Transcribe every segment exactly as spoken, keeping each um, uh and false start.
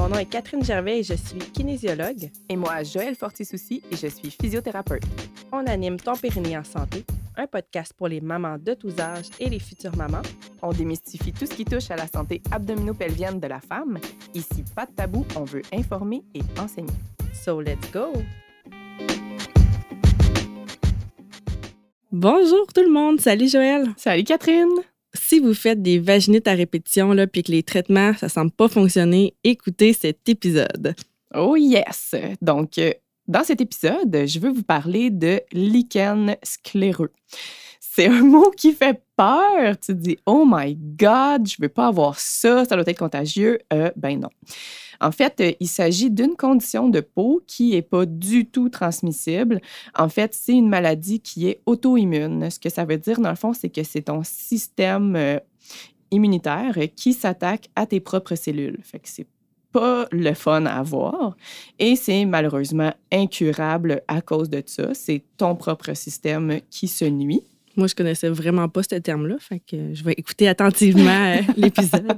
Mon nom est Catherine Gervais et je suis kinésiologue. Et moi, Joëlle Fortier-Soucy et je suis physiothérapeute. On anime Ton périnée en santé, un podcast pour les mamans de tous âges et les futures mamans. On démystifie tout ce qui touche à la santé abdominopelvienne de la femme. Ici, pas de tabou, on veut informer et enseigner. So let's go! Bonjour tout le monde! Salut Joëlle! Salut Catherine! Si vous faites des vaginites à répétition là, puis que les traitements, ça semble pas fonctionner, écoutez cet épisode. Oh yes! Donc, euh, dans cet épisode, je veux vous parler de lichen scléreux. C'est un mot qui fait peur. Tu te dis « Oh my God, je veux pas avoir ça, ça doit être contagieux. Euh, » Ben non. En fait, euh, il s'agit d'une condition de peau qui n'est pas du tout transmissible. En fait, c'est une maladie qui est auto-immune. Ce que ça veut dire, dans le fond, c'est que c'est ton système euh, immunitaire qui s'attaque à tes propres cellules. Fait que c'est pas le fun à avoir et c'est malheureusement incurable à cause de ça. C'est ton propre système qui se nuit. Moi, je connaissais vraiment pas ce terme-là, fait que je vais écouter attentivement l'épisode.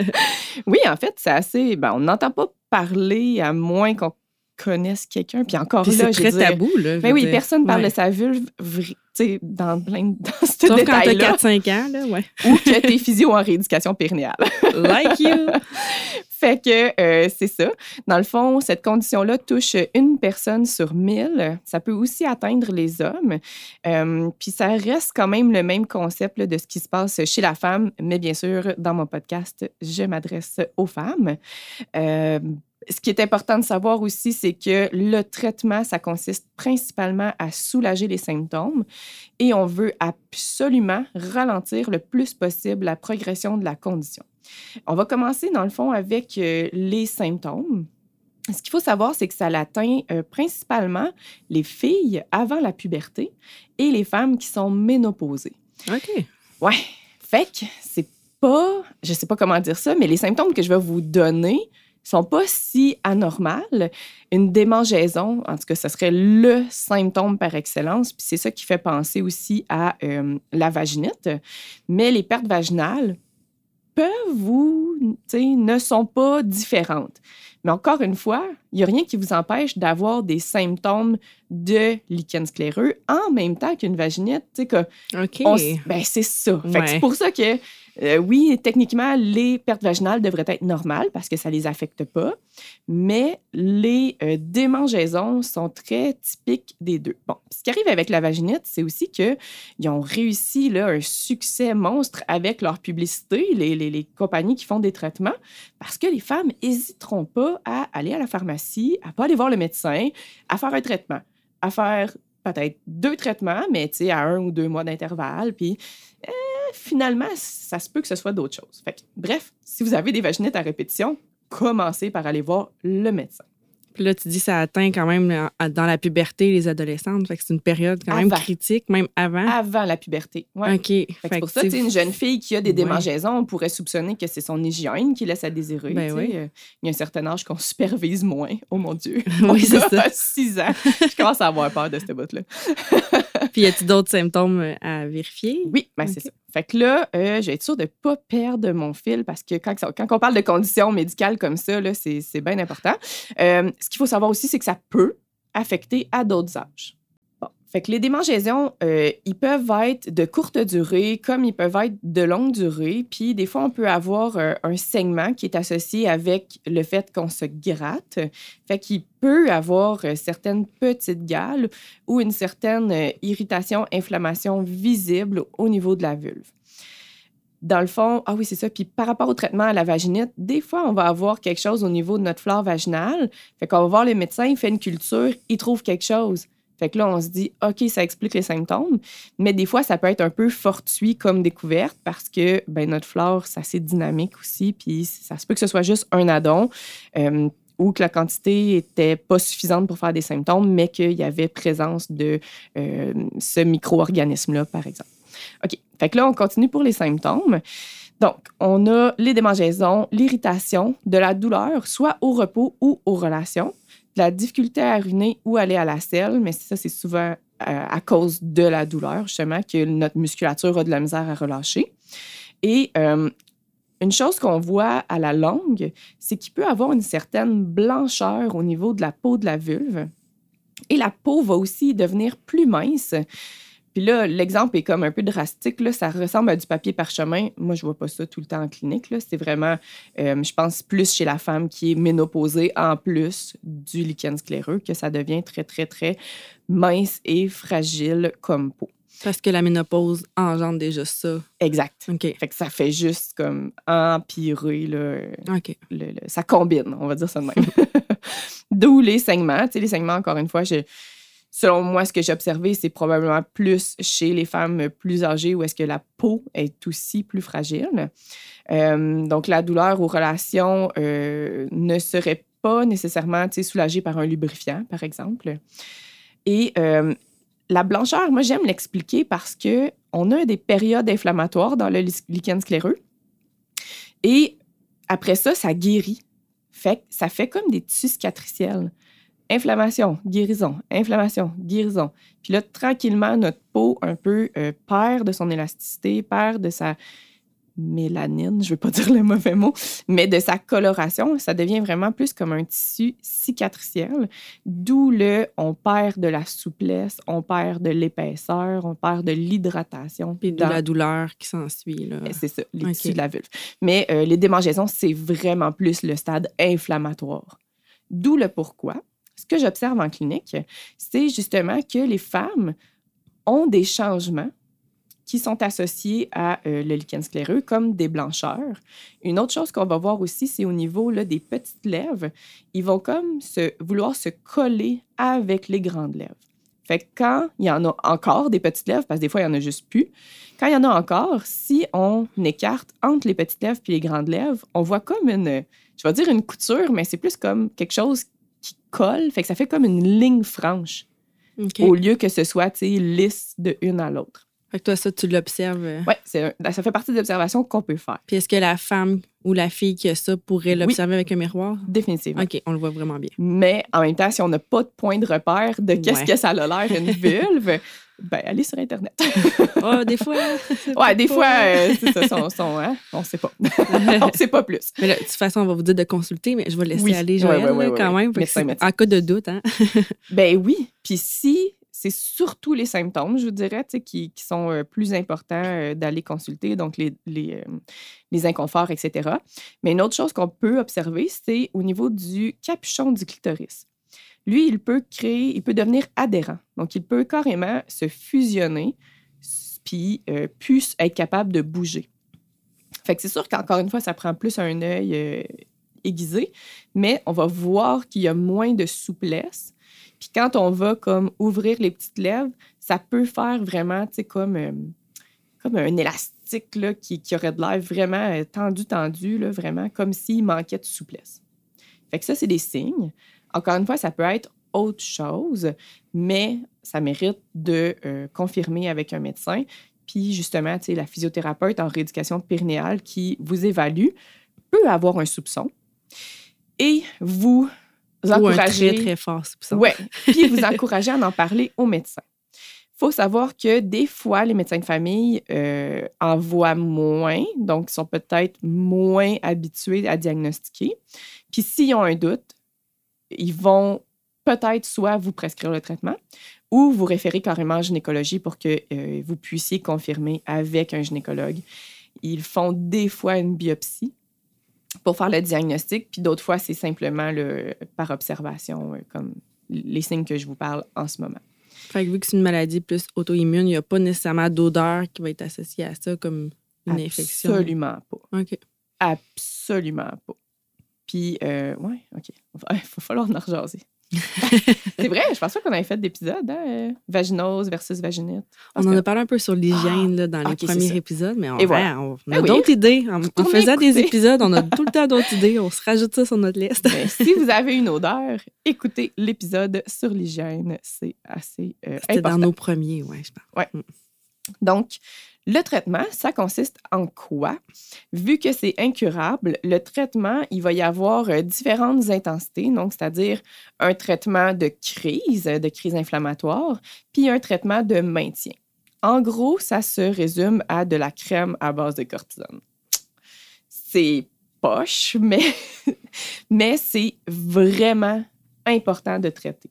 Oui, en fait, c'est assez... Ben, on n'entend pas parler à moins qu'on connaisse quelqu'un. Puis encore Puis là, c'est très je dirais, tabou, là. Ben oui, dire. personne ne parle ouais. de sa vulve tu sais, dans plein dans ce Sauf détail-là. quand t'as quatre cinq ans, là, ouais. Ou que t'es physio en rééducation périnéale. Like you! Fait que euh, c'est ça. Dans le fond, cette condition-là touche une personne sur mille. Ça peut aussi atteindre les hommes. Euh, puis ça reste quand même le même concept là, de ce qui se passe chez la femme. Mais bien sûr, dans mon podcast, je m'adresse aux femmes. Euh, Ce qui est important de savoir aussi, c'est que le traitement, ça consiste principalement à soulager les symptômes et on veut absolument ralentir le plus possible la progression de la condition. On va commencer, dans le fond, avec euh, les symptômes. Ce qu'il faut savoir, c'est que ça atteint euh, principalement les filles avant la puberté et les femmes qui sont ménopausées. OK. Ouais. Fait que c'est pas... Je sais pas comment dire ça, mais les symptômes que je vais vous donner sont pas si anormales. Une démangeaison, en tout cas, ce serait le symptôme par excellence, puis c'est ça qui fait penser aussi à euh, la vaginite. Mais les pertes vaginales peuvent vous, tu sais, ne sont pas différentes. Mais encore une fois, il n'y a rien qui vous empêche d'avoir des symptômes de lichen scléreux en même temps qu'une vaginite. Tu sais, que OK. on, ben, c'est ça. Fait Ouais. que c'est pour ça que, euh, oui, techniquement, les pertes vaginales devraient être normales parce que ça ne les affecte pas, mais les euh, démangeaisons sont très typiques des deux. Bon, ce qui arrive avec la vaginite, c'est aussi qu'ils ont réussi là, un succès monstre avec leur publicité, les, les, les compagnies qui font des traitements, parce que les femmes n'hésiteront pas à aller à la pharmacie, à ne pas aller voir le médecin, à faire un traitement, à faire peut-être deux traitements, mais tu sais, à un ou deux mois d'intervalle, puis euh, finalement, ça se peut que ce soit d'autres choses. Fait que, bref, si vous avez des vaginites à répétition, commencez par aller voir le médecin. Puis là, tu dis que ça atteint quand même dans la puberté les adolescentes. Fait que c'est une période quand même Avant. critique, même avant. Avant la puberté, oui. OK. Fait Fait que c'est pour que ça, tu sais, une jeune fille qui a des Ouais. démangeaisons, on pourrait soupçonner que c'est son hygiène qui laisse à désirer. Ben tu sais. oui. Euh, Il y a un certain âge qu'on supervise moins. Oh mon Dieu. Oui, c'est Mon gars ça. a six ans. Je commence à avoir peur de cette bout-là. Puis y a-t-il d'autres symptômes à vérifier? Oui, ben c'est OK. ça. Fait que là, euh, je vais être sûre de ne pas perdre mon fil parce que quand, quand on parle de conditions médicales comme ça, là, c'est, c'est bien important. Euh, ce qu'il faut savoir aussi, c'est que ça peut affecter à d'autres âges. Bon. Fait que les démangeaisons, euh, ils peuvent être de courte durée comme ils peuvent être de longue durée. Puis des fois, on peut avoir euh, un saignement qui est associé avec le fait qu'on se gratte. Fait qu'il peut avoir euh, certaines petites gales ou une certaine euh, irritation, inflammation visible au niveau de la vulve. Dans le fond, ah oui, c'est ça. Puis par rapport au traitement à la vaginite, des fois, on va avoir quelque chose au niveau de notre flore vaginale. Fait qu'on va voir le médecin, il fait une culture, il trouve quelque chose. Fait que là, on se dit, OK, ça explique les symptômes. Mais des fois, ça peut être un peu fortuit comme découverte parce que ben, notre flore, c'est assez dynamique aussi. Puis ça se peut que ce soit juste un addon euh, ou que la quantité n'était pas suffisante pour faire des symptômes, mais qu'il y avait présence de euh, ce micro-organisme-là, par exemple. OK. Fait que là, on continue pour les symptômes. Donc, on a les démangeaisons, l'irritation, de la douleur, soit au repos ou aux relations, de la difficulté à uriner ou aller à la selle, mais ça, c'est souvent euh, à cause de la douleur, justement, que notre musculature a de la misère à relâcher. Et euh, une chose qu'on voit à la longue, c'est qu'il peut avoir une certaine blancheur au niveau de la peau de la vulve. Et la peau va aussi devenir plus mince. Puis là, l'exemple est comme un peu drastique. Là. Ça ressemble à du papier parchemin. Moi, je vois pas ça tout le temps en clinique. Là. C'est vraiment, euh, je pense, plus chez la femme qui est ménopausée, en plus du lichen scléreux, que ça devient très, très, très mince et fragile comme peau. Parce que la ménopause engendre déjà ça. Exact. OK. Fait que ça fait juste comme empirer. Là, OK. le, le, ça combine, on va dire ça de même. D'où les saignements. Tu sais, les saignements, encore une fois, je... Selon moi, ce que j'ai observé, c'est probablement plus chez les femmes plus âgées où est-ce que la peau est aussi plus fragile. Euh, donc, la douleur aux relations euh, ne serait pas nécessairement soulagée par un lubrifiant, par exemple. Et euh, la blancheur, moi, j'aime l'expliquer parce qu'on a des périodes inflammatoires dans le lichen scléreux. Et après ça, ça guérit. Fait que ça fait comme des tissus cicatriciels. Inflammation, guérison, inflammation, guérison. Puis là, tranquillement, notre peau un peu euh, perd de son élasticité, perd de sa mélanine, je ne veux pas dire le mauvais mot, mais de sa coloration. Ça devient vraiment plus comme un tissu cicatriciel, d'où le on perd de la souplesse, on perd de l'épaisseur, on perd de l'hydratation. Puis de dans... la douleur qui s'ensuit. Là. C'est ça, les okay. tissus de la vulve. Mais euh, les démangeaisons, c'est vraiment plus le stade inflammatoire. D'où le pourquoi. Ce que j'observe en clinique, c'est justement que les femmes ont des changements qui sont associés à euh, le lichen scléreux, comme des blancheurs. Une autre chose qu'on va voir aussi, c'est au niveau là, des petites lèvres. Ils vont comme se, vouloir se coller avec les grandes lèvres. Fait que quand il y en a encore des petites lèvres, parce que des fois, il n'y en a juste plus, quand il y en a encore, si on écarte entre les petites lèvres et les grandes lèvres, on voit comme une, je vais dire une couture, mais c'est plus comme quelque chose qui colle, fait que ça fait comme une ligne franche, okay. au lieu que ce soit lisse de une à l'autre. Fait que toi, ça, tu l'observes? Oui, ça fait partie des observations qu'on peut faire. Puis est-ce que la femme ou la fille qui a ça pourrait l'observer oui. avec un miroir? Définitivement. OK, on le voit vraiment bien. Mais en même temps, si on n'a pas de point de repère de qu'est-ce ouais. que ça a l'air, une vulve, ben allez sur Internet. oh, des fois... ouais, des pas... fois, euh, c'est ça, son, son, hein? on ne sait pas. on ne sait pas plus. Mais là, de toute façon, on va vous dire de consulter, mais je vais laisser oui. aller Joëlle ouais, ouais, là, ouais, quand ouais. même. Médecin, médecin. En cas de doute, hein? ben oui. Puis si... c'est surtout les symptômes, je vous dirais, qui, qui sont euh, plus importants euh, d'aller consulter, donc les, les, euh, les inconforts, et cetera. Mais une autre chose qu'on peut observer, c'est au niveau du capuchon du clitoris. Lui, il peut créer, il peut devenir adhérent. Donc, il peut carrément se fusionner puis euh, plus être capable de bouger. Fait que c'est sûr qu'encore une fois, ça prend plus un œil euh, aiguisé, mais on va voir qu'il y a moins de souplesse. Puis quand on va comme ouvrir les petites lèvres, ça peut faire vraiment, tu sais, comme, euh, comme un élastique là, qui, qui aurait de l'air vraiment euh, tendu, tendu, là, vraiment comme s'il manquait de souplesse. Fait que ça, c'est des signes. Encore une fois, ça peut être autre chose, mais ça mérite de euh, confirmer avec un médecin. Puis justement, tu sais, la physiothérapeute en rééducation périnéale qui vous évalue peut avoir un soupçon et vous encourager... Ou un très, très fort soupçon. Oui, puis vous encourager à en parler au médecin. Il faut savoir que des fois, les médecins de famille euh, en voient moins, donc ils sont peut-être moins habitués à diagnostiquer. Puis s'ils ont un doute, ils vont peut-être soit vous prescrire le traitement ou vous référer carrément en gynécologie pour que euh, vous puissiez confirmer avec un gynécologue. Ils font des fois une biopsie pour faire le diagnostic, puis d'autres fois, c'est simplement le, par observation, euh, comme les signes que je vous parle en ce moment. Fait que vu que c'est une maladie plus auto-immune, il n'y a pas nécessairement d'odeur qui va être associée à ça comme une Absolument infection. Absolument pas. OK. Absolument pas. Puis, euh, ouais, OK. Il va falloir en rejaser. C'est vrai, je pense pas qu'on avait fait d'épisode, hein? euh, vaginose versus vaginite. On en a parlé un peu sur l'hygiène ah, là, dans okay, les premiers épisodes, mais on, Et voilà. ouais, on a ben d'autres oui. idées. En, en faisant des épisodes, on a tout le temps d'autres idées. On se rajoute ça sur notre liste. Ben, si vous avez une odeur, écoutez l'épisode sur l'hygiène. C'est assez euh, C'était important. dans nos premiers, oui, je pense. Ouais. Mm. Donc, le traitement, ça consiste en quoi? Vu que c'est incurable, le traitement, il va y avoir euh, différentes intensités, donc c'est-à-dire un traitement de crise, de crise inflammatoire, puis un traitement de maintien. En gros, ça se résume à de la crème à base de cortisone. c'est poche, mais, mais c'est vraiment important de traiter.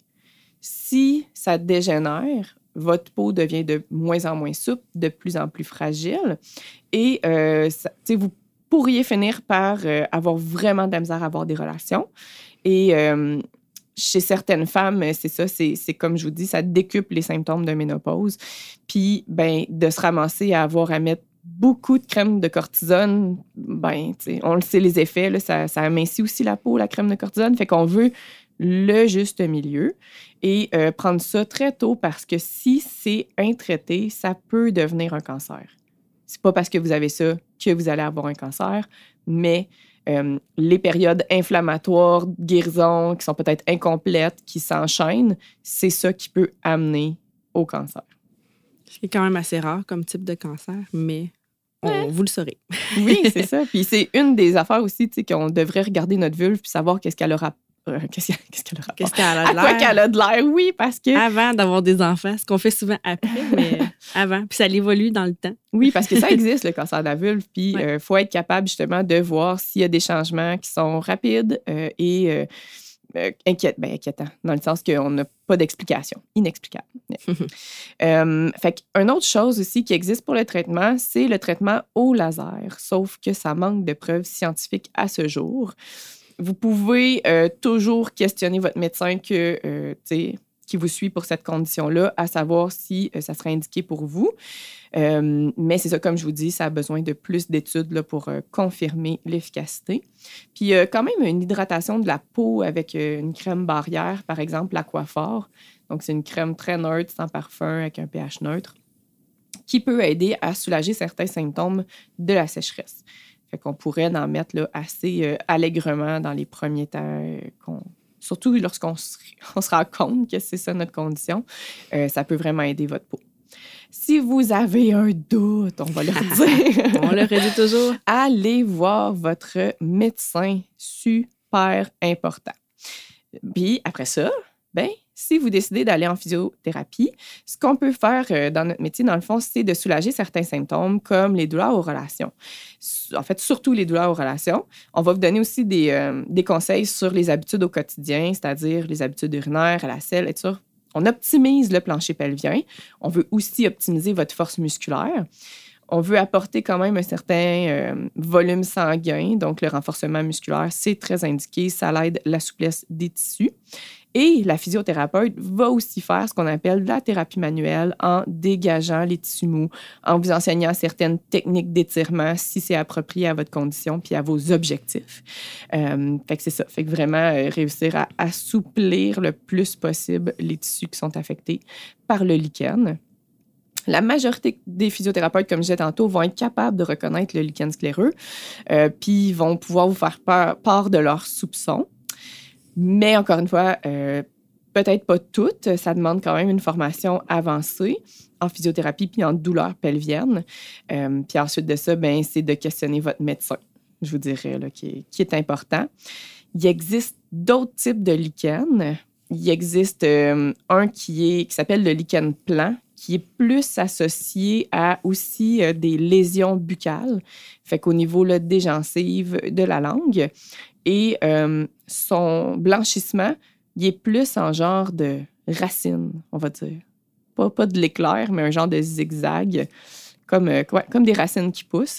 Si ça dégénère, votre peau devient de moins en moins souple, de plus en plus fragile, et euh, ça, vous pourriez finir par euh, avoir vraiment de la misère à avoir des relations. Et euh, chez certaines femmes, c'est ça, c'est, c'est comme je vous dis, ça décuple les symptômes de ménopause. Puis, ben, de se ramasser à avoir à mettre beaucoup de crème de cortisone, ben, on le sait, les effets, là, ça, ça amincit aussi la peau, la crème de cortisone. Fait qu'on veut le juste milieu et euh, prendre ça très tôt parce que si c'est intraité, ça peut devenir un cancer. C'est pas parce que vous avez ça que vous allez avoir un cancer, mais euh, les périodes inflammatoires, guérison, qui sont peut-être incomplètes, qui s'enchaînent, c'est ça qui peut amener au cancer. C'est quand même assez rare comme type de cancer, mais on, ouais. vous le saurez. Oui, c'est ça. Puis c'est une des affaires aussi, tu sais, qu'on devrait regarder notre vulve puis savoir qu'est-ce qu'elle aura. Euh, qu'est-ce, qu'est-ce qu'elle a rapport? Qu'est-ce qu'elle a de l'air? À quoi qu'elle a de l'air, oui, parce que... Avant d'avoir des enfants, ce qu'on fait souvent après, mais avant. Puis ça évolue dans le temps. Oui, parce que ça existe, le cancer de la vulve. Puis il ouais. euh, faut être capable, justement, de voir s'il y a des changements qui sont rapides euh, et euh, euh, inquiét- ben, inquiétants, dans le sens qu'on n'a pas d'explication. Inexplicable. euh, fait qu'une autre chose aussi qui existe pour le traitement, c'est le traitement au laser. Sauf que ça manque de preuves scientifiques à ce jour. Vous pouvez euh, toujours questionner votre médecin que, euh, qui vous suit pour cette condition-là, à savoir si euh, ça serait indiqué pour vous. Euh, mais c'est ça, comme je vous dis, ça a besoin de plus d'études là, pour euh, confirmer l'efficacité. Puis euh, quand même, une hydratation de la peau avec euh, une crème barrière, par exemple, l'Aquaphor. Donc, c'est une crème très neutre, sans parfum, avec un pH neutre, qui peut aider à soulager certains symptômes de la sécheresse. Fait qu'on pourrait en mettre là, assez euh, allègrement dans les premiers temps, euh, qu'on, surtout lorsqu'on se, on se rend compte que c'est ça notre condition. Euh, ça peut vraiment aider votre peau. Si vous avez un doute, on va le redire. On le redit toujours. Allez voir votre médecin, super important. Puis après ça, ben si vous décidez d'aller en physiothérapie, ce qu'on peut faire euh, dans notre métier, dans le fond, c'est de soulager certains symptômes comme les douleurs aux relations. En fait, surtout les douleurs aux relations. On va vous donner aussi des, euh, des conseils sur les habitudes au quotidien, c'est-à-dire les habitudes urinaires, à la selle, et tout ça. On optimise le plancher pelvien. On veut aussi optimiser votre force musculaire. On veut apporter quand même un certain euh, volume sanguin, donc le renforcement musculaire, c'est très indiqué. Ça l'aide la souplesse des tissus. Et la physiothérapeute va aussi faire ce qu'on appelle de la thérapie manuelle en dégageant les tissus mous, en vous enseignant certaines techniques d'étirement si c'est approprié à votre condition puis à vos objectifs. Euh, fait que c'est ça. Fait que vraiment euh, réussir à assouplir le plus possible les tissus qui sont affectés par le lichen. La majorité des physiothérapeutes, comme je disais tantôt, vont être capables de reconnaître le lichen scléreux euh, puis vont pouvoir vous faire part, part de leurs soupçons. Mais encore une fois, euh, peut-être pas toutes. Ça demande quand même une formation avancée en physiothérapie puis en douleur pelvienne. Euh, puis ensuite de ça, ben, c'est de questionner votre médecin, je vous dirais, là, qui est, qui est important. Il existe d'autres types de lichen. Il existe euh, un qui, est, qui s'appelle le lichen plan, qui est plus associé à aussi euh, des lésions buccales, fait qu'au niveau là, des gencives, de la langue. Et euh, son blanchissement, il est plus en genre de racine, on va dire. Pas, pas de l'éclair, mais un genre de zigzag, comme, euh, comme des racines qui poussent.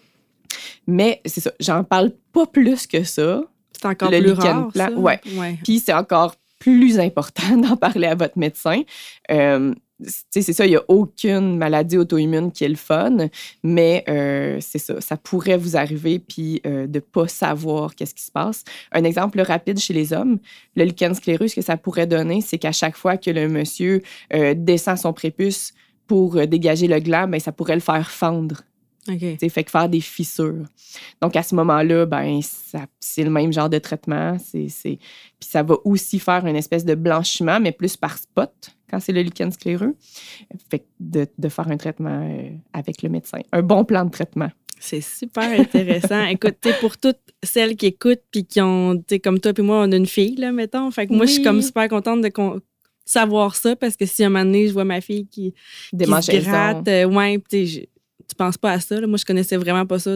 Mais c'est ça, j'en parle pas plus que ça. C'est encore le plus rare, plan, ça? Ouais. ouais. Puis c'est encore plus important d'en parler à votre médecin. Euh, c'est ça, il n'y a aucune maladie auto-immune qui est le fun, mais euh, c'est ça, ça pourrait vous arriver puis euh, de ne pas savoir qu'est-ce qui se passe. Un exemple rapide chez les hommes, le lichen scléreux, ce que ça pourrait donner, c'est qu'à chaque fois que le monsieur euh, descend son prépuce pour euh, dégager le gland, ben, ça pourrait le faire fendre. Okay. Fait que faire des fissures. Donc, à ce moment-là, ben, ça, c'est le même genre de traitement. C'est, c'est... Puis ça va aussi faire une espèce de blanchiment, mais plus par spot, quand c'est le lichen scléreux. Fait que de, de faire un traitement euh, avec le médecin. Un bon plan de traitement. C'est super intéressant. Écoute, pour toutes celles qui écoutent puis qui ont, comme toi et moi, on a une fille, là, mettons. Fait que moi, oui. Je suis comme super contente de con- savoir ça parce que si à un moment donné, je vois ma fille qui, qui se gratte, euh, ouais, tu sais, tu penses pas à ça. Là. Moi, je connaissais vraiment pas ça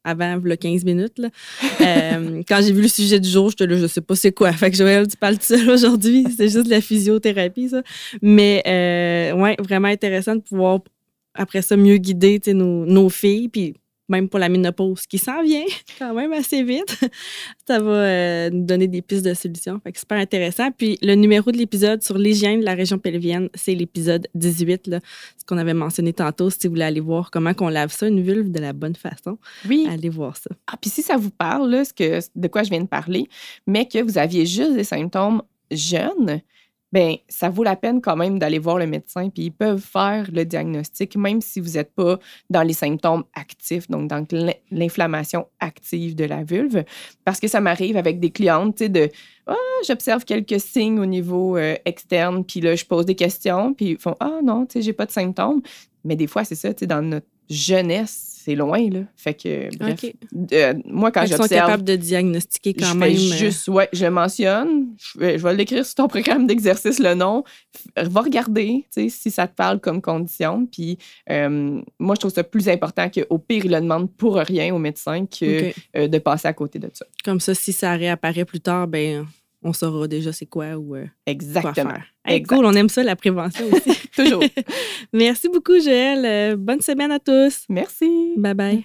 avant, il y a quinze minutes. Là. Euh, quand j'ai vu le sujet du jour, j'étais là, je sais pas c'est quoi. Fait que Joël, tu parles tout seul aujourd'hui. C'est juste de la physiothérapie, ça. Mais, euh, ouais, vraiment intéressant de pouvoir, après ça, mieux guider nos, nos filles. Puis, même pour la ménopause qui s'en vient quand même assez vite, ça va euh, nous donner des pistes de solutions. Fait que super intéressant. Puis le numéro de l'épisode sur l'hygiène de la région pelvienne, c'est l'épisode dix-huit, là, ce qu'on avait mentionné tantôt. Si vous voulez aller voir comment on lave ça, une vulve de la bonne façon, oui. allez voir ça. Ah, puis si ça vous parle, là, ce que, de quoi je viens de parler, mais que vous aviez juste des symptômes jeunes, bien, ça vaut la peine quand même d'aller voir le médecin, puis ils peuvent faire le diagnostic, même si vous n'êtes pas dans les symptômes actifs, donc dans l'inflammation active de la vulve. Parce que ça m'arrive avec des clientes, tu sais, de « Ah, j'observe quelques signes au niveau euh, externe, puis là, je pose des questions, puis ils font « Ah non, tu sais, j'ai pas de symptômes. » Mais des fois, c'est ça, tu sais, dans notre jeunesse, c'est loin, là. Fait que, bref, okay. euh, moi, quand j'observe... Ils sont capables de diagnostiquer quand je même. Je fais juste, ouais, je le mentionne, je vais, je vais l'écrire sur ton programme d'exercice, le nom. Va regarder, tu sais, si ça te parle comme condition. Puis, euh, moi, je trouve ça plus important qu'au pire, il le demande pour rien au médecin que okay. euh, de passer à côté de ça. Comme ça, si ça réapparaît plus tard, ben on saura déjà c'est quoi ou euh, exactement. Quoi faire. Hey, exact. Cool, on aime ça, la prévention aussi. Toujours. Merci beaucoup, Joël. Euh, bonne semaine à tous. Merci. Bye-bye.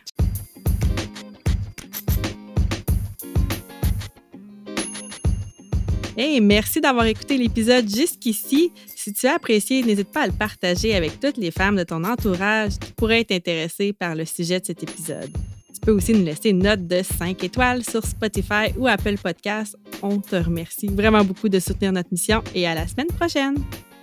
Hey, merci d'avoir écouté l'épisode jusqu'ici. Si tu as apprécié, n'hésite pas à le partager avec toutes les femmes de ton entourage qui pourraient être intéressées par le sujet de cet épisode. Tu peux aussi nous laisser une note de cinq étoiles sur Spotify ou Apple Podcasts. On te remercie vraiment beaucoup de soutenir notre mission et à la semaine prochaine!